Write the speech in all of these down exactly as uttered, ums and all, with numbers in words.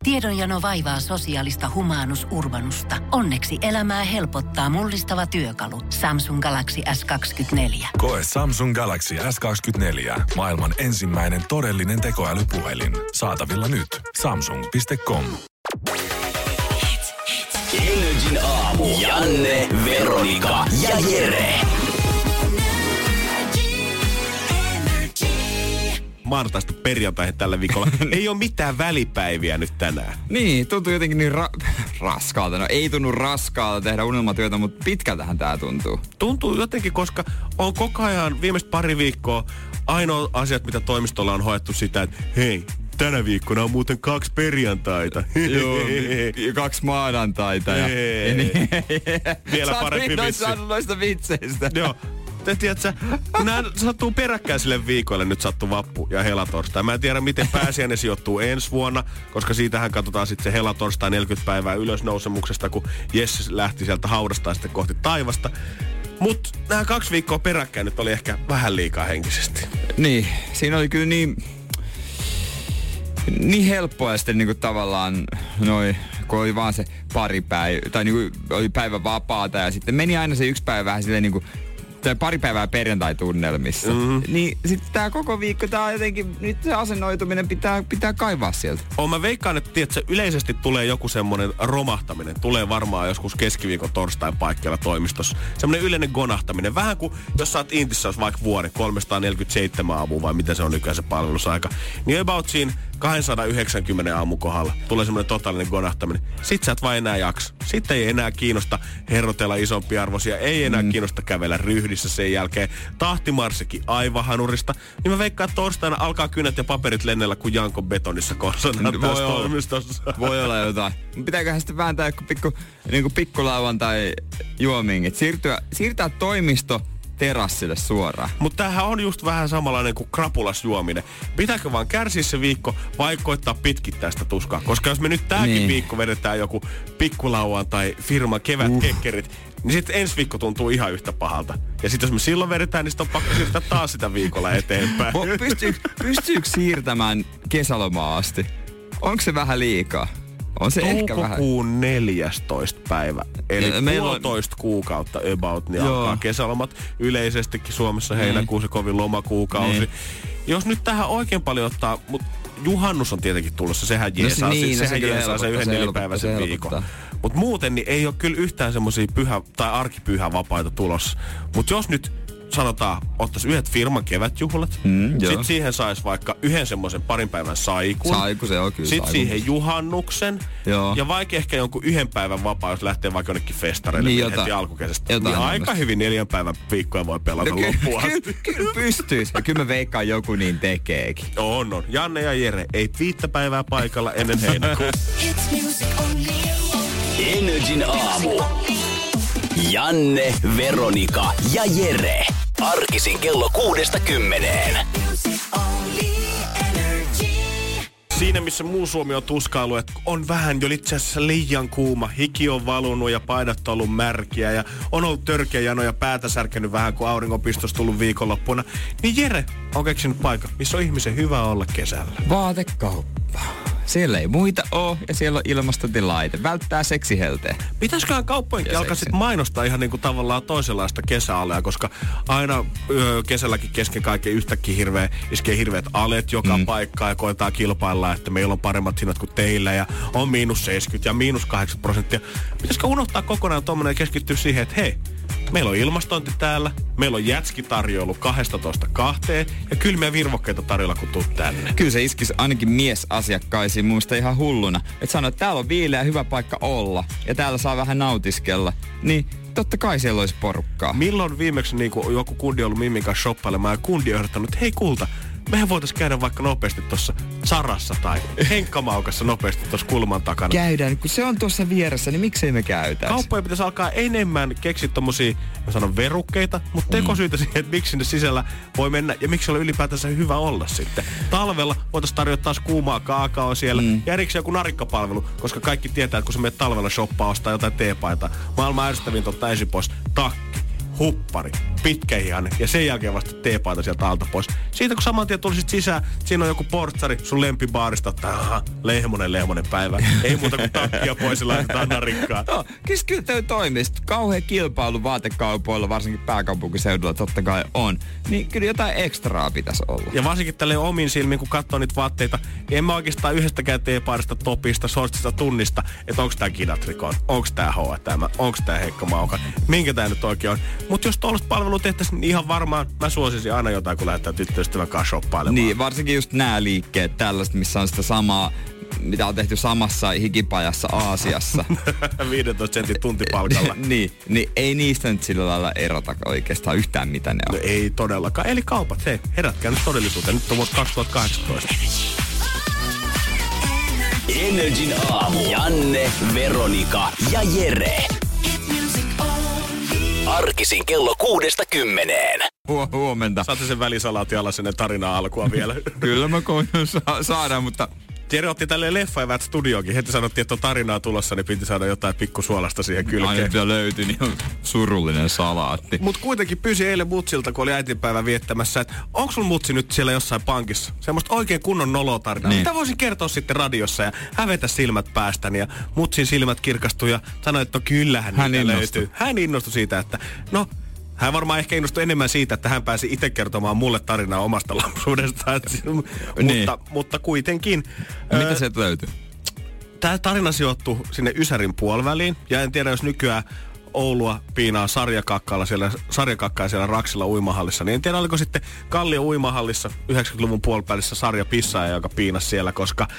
Tiedonjano vaivaa sosiaalista humanus urbanusta. Onneksi elämää helpottaa mullistava työkalu. Samsung Galaxy S kaksikymmentäneljä. Koe Samsung Galaxy S kaksikymmentäneljä. Maailman ensimmäinen todellinen tekoälypuhelin. Saatavilla nyt. Samsung piste com. Energin aamu. Janne, Veronika ja Jere. Maanantaista perjantaihin tällä viikolla. Ei ole mitään välipäiviä nyt tänään. Niin, tuntuu jotenkin niin ra- raskaalta. No ei tunnu raskaalta tehdä unelmatyötä, mutta pitkältähän tää tuntuu. Tuntuu jotenkin, koska on koko ajan viimeistä pari viikkoa ainoa asiat, mitä toimistolla on hoettu sitä, että hei, tänä viikkona on muuten kaksi perjantaita. Joo, kaksi maanantaita. Ja, ja niin. Vielä parempi vitsi. Sä oot noista vitseistä. Joo. Tiedätkö, kun nämä sattuu peräkkäisille viikoille, nyt sattuu vappu ja helatorstai. Mä en tiedä, miten pääsiäinen sijoittuu ensi vuonna, koska siitähän katsotaan sitten se helatorstai neljäkymmentä päivää ylösnousemuksesta, kun Jesse lähti sieltä haudasta sitten kohti taivasta. Mut nämä kaksi viikkoa peräkkäin nyt oli ehkä vähän liikaa henkisesti. Niin, siinä oli kyllä niin, niin helppoa ja sitten niinku tavallaan noi, kun oli vaan se pari päivää, tai niinku oli päivä vapaata ja sitten meni aina se yksi päivä vähän silleen niinku tai pari päivää perjantai-tunnelmissa. Mm-hmm. Niin sitten tää koko viikko, tää on jotenkin, nyt se asennoituminen pitää, pitää kaivaa sieltä. Oon mä veikkaan, että tiedätkö, yleisesti tulee joku semmonen romahtaminen. Tulee varmaan joskus keskiviikon torstain paikkeilla toimistossa. Semmonen yleinen gonahtaminen. Vähän kuin jos sä oot Intissä vaikka vuoden, kolmesataaneljäkymmentäseitsemän aamua vai mitä se on nykyään se palvelusaika. Niin about siinä kaksisataayhdeksänkymmentä aamun kohdalla tulee semmoinen totaalinen gonahtaminen. Sit sä et vaan enää jaksa. Sitten ei enää kiinnosta herrotella isompia arvoisia. Ei enää mm. kiinnosta kävellä ryhdissä sen jälkeen. Tahtimarssikin aivan hanurista. Niin mä veikkaan, että torstaina alkaa kynät ja paperit lennellä kuin Jankon betonissa konsonaan tässä toimistossa. Voi olla jotain. Pitääköhän sitten vääntää joku pikku, niin pikkulauan tai juomingit. Siirtyä, siirtää toimisto terassille suoraan. Mutta tämähän on just vähän samanlainen kuin krapulas juominen. Pitääkö vaan kärsiä se viikko vai koittaa pitkittää sitä tuskaa? Koska jos me nyt tääkin niin. viikko vedetään joku pikkulauan tai firman kevätkekkerit, uh. niin sitten ensi viikko tuntuu ihan yhtä pahalta. Ja sitten jos me silloin vedetään, niin sitten on pakko siirtää taas sitä viikolla eteenpäin. Pystyykö, pystyykö siirtämään kesälomaa asti? Onko se vähän liikaa? On se ehkä vähän. Toukokuun neljästoista päivä. Eli puolitoista on kuukautta about, niin Joo. alkaa kesälomat. Yleisestikin Suomessa heinäkuussa niin. kovin lomakuukausi. Niin. Jos nyt tähän oikein paljon ottaa, mutta juhannus on tietenkin tulossa. Sehän jeesaa, no, niin, sehän se jeesaa se yhden nelipäiväisen viikon. Mutta muuten niin ei ole kyllä yhtään semmosia pyhä- tai arkipyhä vapaita tulossa. Mutta jos nyt sanotaan, ottaisi yhdet firman kevätjuhlat. Mm, sitten siihen saisi vaikka yhden semmoisen parin päivän saikun. Saiku se on kyllä. Sitten siihen juhannuksen. Joo. Ja vaikka ehkä jonkun yhden päivän vapaa, jos lähtee vaikka jonnekin festareille niin heti alkukesästä. Niin aika tämmöistä. Hyvin neljän päivän viikkoja voi pelata no, loppuun asti. Kyllä ky- ky- pystyisi. Ja kyllä mä veikkaan joku niin tekeekin. On, on. Janne ja Jere, ei viittä päivää paikalla ennen heinäkuuta. Energin aamu. Janne, Veronika ja Jere. Arkisin kello kuudesta kymmeneen. Siinä, missä muu Suomi on tuskailu, että on vähän jo itse asiassa liian kuuma. Hiki on valunut ja paidat on ollut märkiä ja on ollut törkeä jano ja päätä särkenyt vähän, kun auringonpistos tullut viikonloppuna. Niin Jere on keksinyt paikan, missä on ihmisen hyvä olla kesällä. Vaatekauppa. Siellä ei muita oo ja siellä on ilmastointilaite. Välttää seksihelteen. Pitäisiköhän kauppojenkin alkaa sitten mainostaa ihan niinku tavallaan toisenlaista kesäalea, koska aina öö, kesälläkin kesken kaiken yhtäkkiä hirveä, iskee hirveät alet joka mm. paikkaan ja koetaan kilpailla, että meillä on paremmat hinnat kuin teillä ja on miinus seitsemänkymmentä ja miinus kahdeksankymmentä prosenttia. Pitäisikö unohtaa kokonaan tuommoinen ja keskittyä siihen, että hei, meillä on ilmastointi täällä, meillä on jätskitarjoilu kaksitoista kahteen ja kylmiä virvokkeita tarjolla, kun tuut tänne. Kyllä se iskisi ainakin miesasiakkaisiin mun mielestä ihan hulluna. Että sanoo, että täällä on viileä hyvä paikka olla ja täällä saa vähän nautiskella. Niin totta kai siellä olisi porukkaa. Milloin viimeksi niin joku kundi on ollut Mimmin kanssa shoppailemaan ja kundi on ehdottanut, että hei kulta, mehän voitais käydä vaikka nopeasti tuossa Sarassa tai Henkkamaukassa nopeasti tuossa kulman takana. Käydään, kun se on tuossa vieressä, niin miksei me käytäisi? Kauppoja pitäisi alkaa enemmän keksiä tommosia, mä sanon verukkeita, mutta tekosyitä siihen, että miksi sinne sisällä voi mennä ja miksi on ylipäätänsä hyvä olla sitten. Talvella voitaisiin tarjota taas kuumaa kaakaoa siellä mm. ja erikseen joku narikkapalvelu, koska kaikki tietää, että kun sä menet talvella shoppaa ostaa jotain teepaitaa, maailman ärsyttävin ottaa ensin pois takki. huppari, pitkä ihane ja sen jälkeen vasta teepaita sieltä alta pois. Siitä kun saman tien tulisit sisään, siinä on joku portsari sun lempibaarista, että aha, lehmonen, lehmonen päivä. Ei muuta kuin takkia pois ja laitetaan narikkaa. No, kyllä toi toimisi. Kauhean kilpailu vaatekaupoilla, varsinkin pääkaupunkiseudulla totta kai on. Niin kyllä jotain ekstraa pitäisi olla. Ja varsinkin tälleen omin silmin, kun katsoo niitä vaatteita, niin en mä oikeastaan yhdestäkään teepaarista, topista, shortsista tunnista, että onks tää Kidatrikon, onks tää H and M, onks tää Heikka Mauka, minkä tää nyt oikein on. Mutta jos tuollaista palvelua tehtäisiin, niin ihan varmaan mä suosisin aina jotain, kun lähdetään tyttöystävän kanssa shoppailemaan. Niin, varsinkin just nää liikkeet tällaiset, missä on sitä samaa, mitä on tehty samassa hikipajassa Aasiassa. viisitoista sentin tuntipalkalla. niin, niin ei niistä nyt sillä lailla erota oikeastaan yhtään mitä ne on. No ei todellakaan. Eli kaupat, hei, herätkää nyt todellisuuteen. Nyt on vuosi kaksituhattakahdeksantoista. Energin aamu. Janne, Veronika ja Jere. Arkisin kello kuudesta kymmeneen. Hu- huomenta. Saatte sen välisalaati alla sinne tarinaa alkua vielä. Kyllä mä koitan sa- saada, mutta... Jere otti tälleen leffaivät studioonkin. Heti sanottiin, että on tarinaa tulossa, niin piti saada jotain pikkusuolasta siihen kylkeen. Aina mitä löytyi, niin on surullinen salaatti. Mut kuitenkin pyysi eilen mutsilta, kun oli äitipäivä viettämässä, että onko sun mutsi nyt siellä jossain pankissa? Semmoista oikein kunnon nolotarinaa. Niin. Mitä voisin kertoa sitten radiossa ja hävetä silmät päästäni. Ja mutsin silmät kirkastui ja sanoi, että no kyllähän hän niitä innostui. löytyy. Hän innostui siitä, että no... Hän varmaan ehkä innostui enemmän siitä, että hän pääsi itse kertomaan mulle tarinaa omasta lapsuudestaan. Niin. mutta, mutta kuitenkin. Mitä ää, sieltä löytyy? Tämä tarina sijoittui sinne Ysärin puoliväliin. Ja en tiedä, jos nykyään Oulua piinaa sarjakakkailla siellä, sarjakakkaa siellä Raksilla uimahallissa. Niin en tiedä, oliko sitten Kallio uimahallissa yhdeksänkymmentäluvun puolipäissä sarja pissaaja, joka piinasi siellä, koska...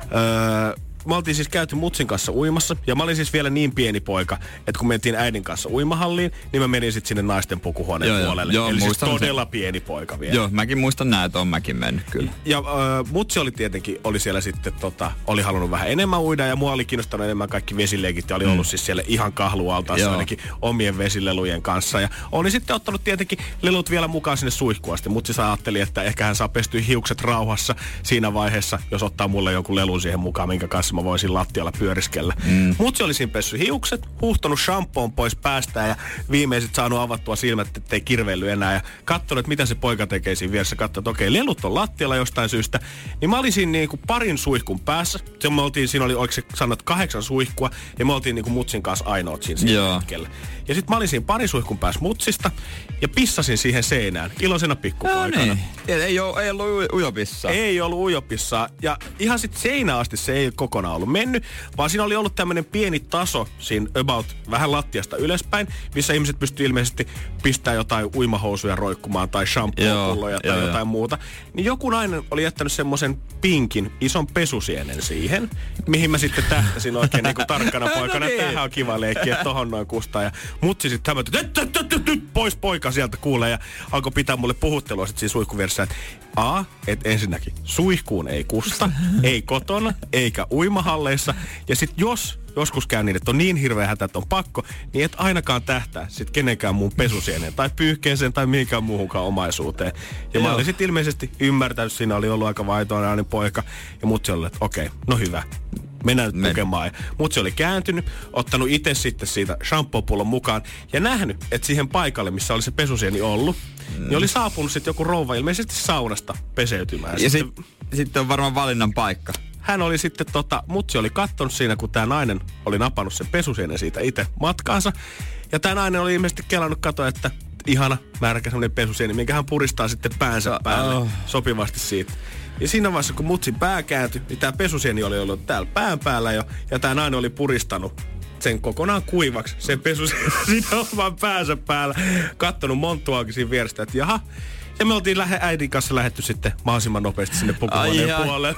Öö, me oltiin siis käyty mutsin kanssa uimassa, ja mä olin siis vielä niin pieni poika, että kun mentiin äidin kanssa uimahalliin, niin mä menin sitten sinne naisten pukuhuoneen joo, puolelle. Joo, eli siis todella sen. Pieni poika vielä. Joo, mäkin muistan nää, että on mäkin mennyt kyllä. Ja äh, mutsi oli tietenkin, oli siellä sitten, tota, oli halunnut vähän enemmän uida, ja mua oli kiinnostanut enemmän kaikki vesileikit, ja oli mm. ollut siis siellä ihan kahlualtaassa ainakin omien vesilelujen kanssa. Ja oli sitten ottanut tietenkin lelut vielä mukaan sinne suihkuasti. Mutsi ajatteli, että ehkä hän saa pestyä hiukset rauhassa siinä vaiheessa, jos ottaa mulle jonkun lelun siihen mukaan, minkä kanssa mä voisin lattialla pyöriskellä. Mm. Mutsi oli siinä pessy hiukset, huuhtonut shampoon pois päästään ja viimeiset saanut avattua silmät, ettei kirveily enää. Ja katsonut, mitä se poika tekee siinä vieressä. Katsonut, että okei, lelut on lattialla jostain syystä. Niin mä olin siinä niinku parin suihkun päässä. Se me oltiin, siinä oli, oliko se sanot, kahdeksan suihkua. Ja me oltiin niinku mutsin kanssa ainoat siinä, siinä hetkellä. Ja sit mä olin siinä parin suihkun päässä mutsista ja pissasin siihen seinään iloisena pikkupoikana. No niin. Ei, ole, ei ollut ujopissa. Ei ollut ujopissa. Ja ihan sit seinään asti se ei kokonaan ollut mennyt, vaan siinä oli ollut tämmönen pieni taso siinä about vähän lattiasta ylöspäin, missä ihmiset pystyy ilmeisesti pistämään jotain uimahousuja roikkumaan tai shampoo-pulloja tai joo, jotain joo. muuta. Niin joku nainen oli jättänyt semmoisen pinkin ison pesusienen siihen, mihin mä sitten tähtäsin oikein niinku tarkkana poikana. no niin. Tämähän on kiva leikki, että tohon noin kustaa. Ja mutsi sitten hämätyi, että nyt pois poika sieltä kuulee. Ja alkoi pitää mulle puhuttelua sitten siinä suihkuverssä, että A, että ensinnäkin suihkuun ei kusta, ei kotona, eikä uimahalleissa. Ja sit jos joskus käy niin, että on niin hirveä hätä, että on pakko, niin et ainakaan tähtää sit kenenkään muun pesusieneen tai pyyhkeeseen tai mihinkään muuhunkaan omaisuuteen. Ja Joo. mä olin sit ilmeisesti ymmärtänyt, siinä oli ollut aika vaitoinen poika. Ja mutsi oli, että okei, okay, no hyvä. Mennään nyt tukemaan. Mutsi oli kääntynyt, ottanut itse sitten siitä shampoo-pullon mukaan ja nähnyt, että siihen paikalle, missä oli se pesusieni ollut, mm. niin oli saapunut sitten joku rouva ilmeisesti saunasta peseytymään. Ja sitten sit, sit on varmaan valinnan paikka. Hän oli sitten, tota, mutsi oli kattonut siinä, kun tämä nainen oli napannut sen pesusienen siitä itse matkaansa. Ja tämä nainen oli ilmeisesti kelannut katoa, että ihana märkä semmoinen pesusieni, minkä hän puristaa sitten päänsä päälle oh. sopivasti siitä. Ja siinä vaiheessa, kun mutsin pää kääntyi, niin tämä pesusieni oli ollut täällä pään päällä jo, ja tämä nainen oli puristanut sen kokonaan kuivaksi, sen pesusieni siinä oman päänsä päällä, kattonut monttuakin siinä vierestä, että jaha. Ja me oltiin lähe, äidin kanssa lähdetty sitten mahdollisimman nopeasti sinne pukuhuoneen puolelle.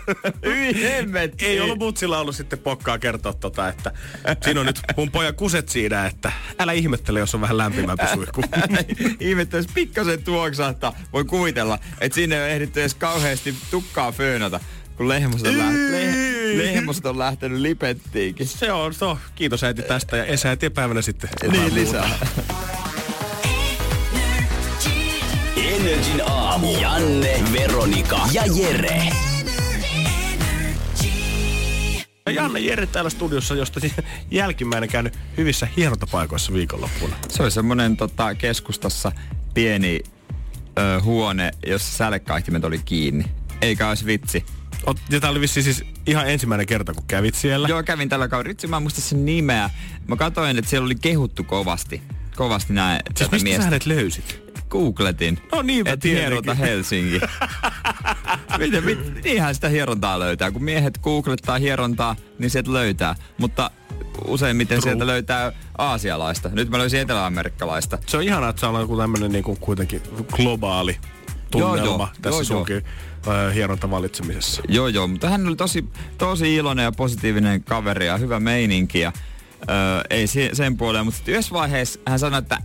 Ei ollut mutsilla ollut sitten pokkaa kertoa tota, että siinä on nyt mun pojan kuset siinä, että älä ihmettele, jos on vähän lämpimämpi suihku. Ihmettele, jos pikkasen tuoksahtaa. Voi kuvitella, että siinä ei ole ehditty edes kauheasti tukkaa föönata, kun lehmoset on, läht- le- lehmoset on lähtenyt lipettiinkin. Se on, se on. Kiitos äiti tästä ja Esa eteenpäivänä sitten. Niin lisää. Energin aamu. Janne, Veronika ja Jere. Janne Jere täällä studiossa, josta jälkimmäinen käynyt hyvissä hierontapaikoissa viikonloppuna. Se oli semmonen tota, keskustassa pieni ö, huone, jossa sälekkaihtimet oli kiinni. Eikä olisi vitsi. Ja tää oli vissiin siis ihan ensimmäinen kerta, kun kävit siellä. Joo, kävin tällä kaudella. Ritsi, mä en muista sen nimeä. Mä katsoin, että siellä oli kehuttu kovasti. Kovasti näin. Siis mistä miestä. Sä hänet löysit? Googletin. No niinpä et hieronta Helsinki. Miten, mit, niinhän sitä hierontaa löytää. Kun miehet googlettaa hierontaa, niin sieltä löytää. Mutta useimmiten True. sieltä löytää aasialaista. Nyt mä löysin eteläamerikkalaista. Se on ihanaa, että se on joku tämmönen niinku kuitenkin globaali tunnelma joo, joo, tässä joo, sunkin joo. hieronta valitsemisessa. Joo, joo, mutta hän oli tosi, tosi iloinen ja positiivinen kaveri ja hyvä meininki. Ja, öö, ei sen puoleen, mutta sitten yhdessä vaiheessa hän sanoi, että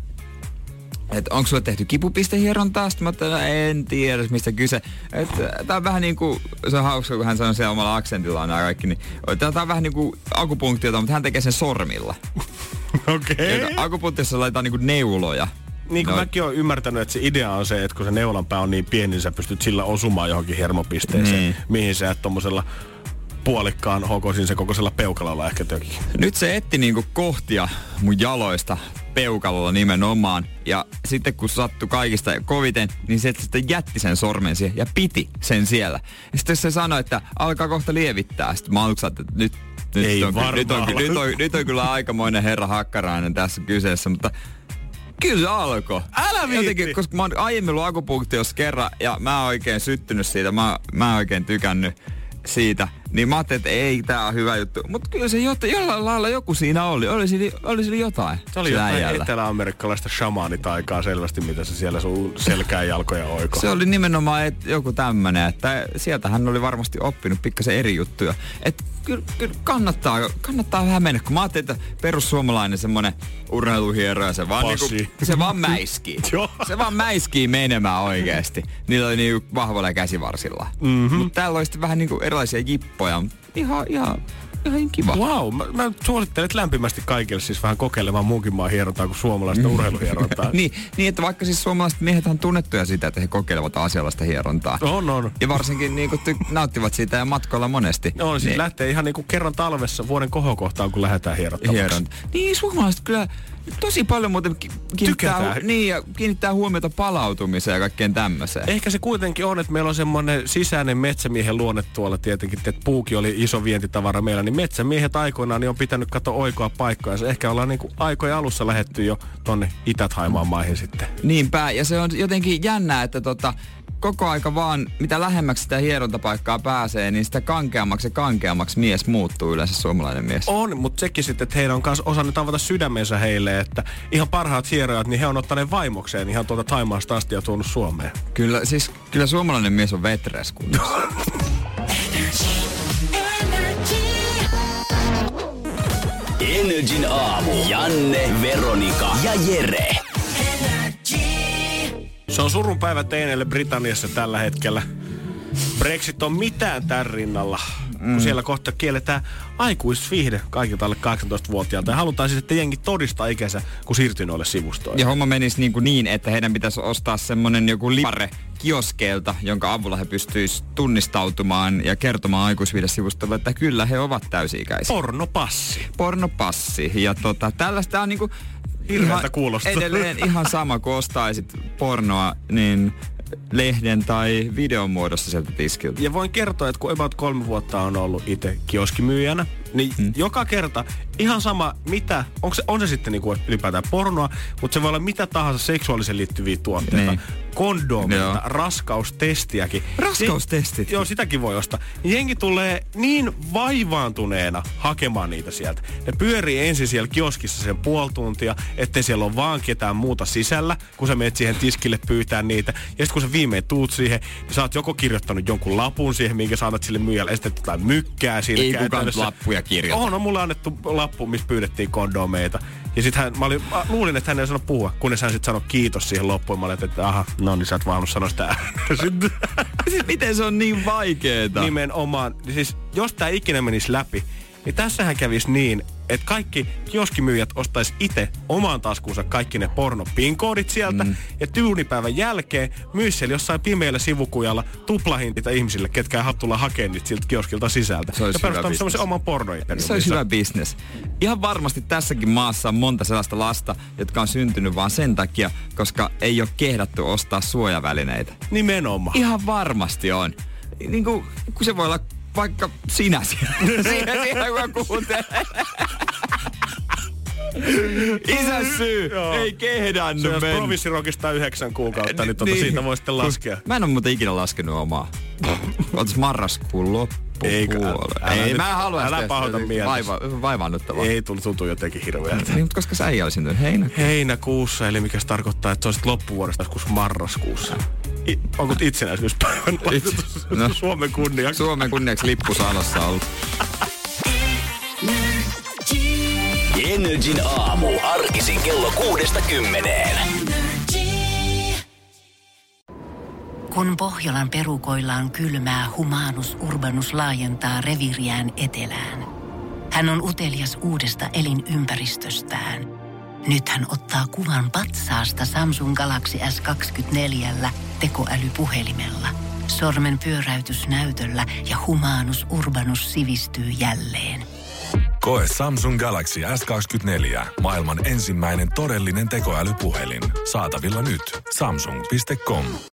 että onko sulle tehty kipupistehierontaa? Sitten mä ajattelin, en tiedä, mistä kyse. Tää on vähän niinku, se on hauska, kun hän sanoi siellä omalla aksentillaan nämä kaikki, niin tää on vähän niinku akupunktiota, mutta hän tekee sen sormilla. Okei. Okay. Akupunktiossa laitetaan niinku neuloja. Niin kuin no. mäkin oon ymmärtänyt, että se idea on se, että kun se neulanpää on niin pieni, niin sä pystyt sillä osumaan johonkin hermopisteeseen, niin. mihin sä et tommosella puolikkaan hokosin se kokoisella peukalalla ehkä töki. Nyt se etti niinku kohtia mun jaloista peukalolla nimenomaan. Ja sitten kun sattui kaikista koviten, niin se sitten jätti sen sormen siihen ja piti sen siellä. Ja sitten se sanoi, että alkaa kohta lievittää. Sitten mä aluksi että nyt, nyt, Ei on, nyt, on, nyt, on, nyt on kyllä aikamoinen herra Hakkarainen tässä kyseessä, mutta kyllä alkoi. Älä viitti! Jotenkin, koska mä oon aiemmin ollut akupunktiossa kerran ja mä oon oikein syttynyt siitä. Mä, mä oon oikein tykännyt siitä. Niin mä ajattelin, että ei, tää on hyvä juttu. Mutta kyllä se jot, jollain lailla joku siinä oli. Oli siinä, oli siinä jotain. Se oli jotain äijällä. Etelä-amerikkalaista shamaanitaikaa selvästi, mitä se siellä sun selkää jalkoja oiko. Se oli nimenomaan et, joku tämmönen, että sieltä hän oli varmasti oppinut pikkasen eri juttuja. Että kyllä, kyllä kannattaa, kannattaa vähän mennä. Kun mä ajattelin, että perussuomalainen semmonen urheiluhieroja, se vaan, niinku, se vaan mäiskii. Se vaan mäiskii menemään oikeesti. Niillä oli niin vahvoilla käsivarsilla. Mm-hmm. Mutta täällä oli sitten vähän niinku erilaisia jippoja. Ihan, ihan, ihan kiva. Wow, mä, mä suosittelen lämpimästi kaikille siis vähän kokeilemaan muunkin maan hierontaa kuin suomalaista mm. urheiluhierontaa. niin, niin, että vaikka siis suomalaiset miehet on tunnettuja sitä, että he kokeilevat asialaista hierontaa. On, on. Ja varsinkin niin kuin ty- nauttivat siitä ja matkoilla monesti. No, siis niin. lähtee ihan niin kuin kerran talvessa vuoden kohokohtaan, kun lähdetään hierottavaksi. Hieronta. Niin, suomalaiset kyllä tosi paljon muuten kiinnittää, niin, ja kiinnittää huomiota palautumiseen ja kaikkeen tämmöiseen. Ehkä se kuitenkin on, että meillä on semmoinen sisäinen metsämiehen luonne tuolla tietenkin, että puuki oli iso vientitavara meillä, niin metsämiehet aikoinaan niin on pitänyt katsoa oikoa paikkaa. Ja ehkä ollaan niin kuin aikojen alussa lähetty jo tonne Itä-Thaimaan maihin sitten. Niinpä, ja se on jotenkin jännää, että tota, koko aika vaan, mitä lähemmäksi sitä hierontapaikkaa pääsee, niin sitä kankeammaksi ja kankeammaksi mies muuttuu yleensä suomalainen mies. On, mutta sekin sitten, että heidän on kanssa osannut avata sydämensä heille, että ihan parhaat hierojat, niin he on ottaneet vaimokseen ihan tuolta Thaimaasta asti ja tuonut Suomeen. Kyllä, siis kyllä suomalainen mies on vetrees kunnossa. Energin aamu. Janne, Veronika ja Jere. Se on surun päivä teineille Britanniassa tällä hetkellä. Brexit on mitään tämän rinnalla, mm. kun siellä kohta kielletään aikuisviihde kaikilta alle kahdeksantoistavuotiaalta. Ja halutaan siis, että jengi todistaa ikänsä, kun siirtyy noille sivustoille. Ja homma menisi niin, kuin niin, että heidän pitäisi ostaa semmonen joku lipare kioskeilta, jonka avulla he pystyisivät tunnistautumaan ja kertomaan aikuisviihdesivustolle, että kyllä he ovat täysi-ikäisiä. Pornopassi. Pornopassi. Ja tota, tällaista on niinku hirveältä kuulostaa. Edelleen ihan sama, kun ostaisit pornoa, niin lehden tai videon muodossa sieltä tiskiltä. Ja voin kertoa, että kun about kolme vuotta on ollut itse kioskimyyjänä, niin hmm. joka kerta ihan sama mitä, onko se, on se sitten niinku ylipäätään pornoa, mutta se voi olla mitä tahansa seksuaalisen liittyviä tuotteita. Niin. Kondomeita, raskaustestiäkin. Raskaustestit? Se, joo, sitäkin voi ostaa. Jengi tulee niin vaivaantuneena hakemaan niitä sieltä. Ne pyörii ensin siellä kioskissa sen puoli tuntia, ettei siellä ole vaan ketään muuta sisällä, kun sä menet siihen tiskille pyytää niitä. Ja sitten kun sä viimein tuut siihen, niin sä oot joko kirjoittanut jonkun lapun siihen, minkä sä annat sille myyjälle, ja sitten jotain mykkää siinä. Ei kukaan lappuja kirjoita. On, on mulle annettu lappu, missä pyydettiin kondomeita. Ja sit hän, mä, olin, mä luulin, että hän ei sano puhua, kunnes hän sit sanoi kiitos siihen loppuun. Mä olin, että aha, no niin sä et vaan sanoa sitä siis miten se on niin vaikeeta? Nimenomaan. Siis jos tää ikinä menisi läpi, Niin tässähän kävisi niin, että kaikki kioskimyyjät ostaisi itse omaan taskuunsa kaikki ne porno-pinkoodit sieltä. Mm. Ja tyunipäivän jälkeen myisi siellä jossain pimeällä sivukujalla tuplahintit ihmisille, ketkä ei halua tulla hakemaan niitä siltä kioskilta sisältä. Se ja perustaa semmoisen oman pornoimperiumin. Se olisi hyvä bisnes. Ihan varmasti tässäkin maassa on monta sellaista lasta, jotka on syntynyt vaan sen takia, koska ei ole kehdattu ostaa suojavälineitä. Nimenomaan. Ihan varmasti on. Niin kuin, kun se voi olla vaikka sinä siellä. Siinä, siinä kun kuuntelee. Isän syy Joo. ei kehdannut mennä. Se jos provinssirokista yhdeksän kuukautta, niin, tuota, niin siitä voi sitten laskea. Mä en ole muuten ikinä laskenut omaa. Ootas marraskuun loppupuolella. Ei, mä en halua Älä pahoita mielessä. Vaiva, vaivaannuttavaa. Ei tullut tuntuu jotenkin hirveältä. Niin, mutta koska sä ei ole syntynyt heinäkuussa. Heinäkuussa, eli mikä se tarkoittaa, että se olisi loppuvuodesta joskus marraskuussa. I, onko itsenäisyyspäivän laitettu no, Suomen kunniaksi? Suomen kunniaksi lippu Salossa ollut. Energin aamu. Arkisin kello kuudesta kymmeneen. Kun Pohjolan perukoillaan kylmää, Humanus Urbanus laajentaa reviiriään etelään. Hän on utelias uudesta elinympäristöstään. Nyt hän ottaa kuvan patsaasta Samsung Galaxy S kaksikymmentäneljä tekoälypuhelimella. Sormen pyöräytys näytöllä ja Humanus Urbanus sivistyy jälleen. Koe Samsung Galaxy S kaksikymmentäneljä. Maailman ensimmäinen todellinen tekoälypuhelin. Saatavilla nyt. Samsung piste com.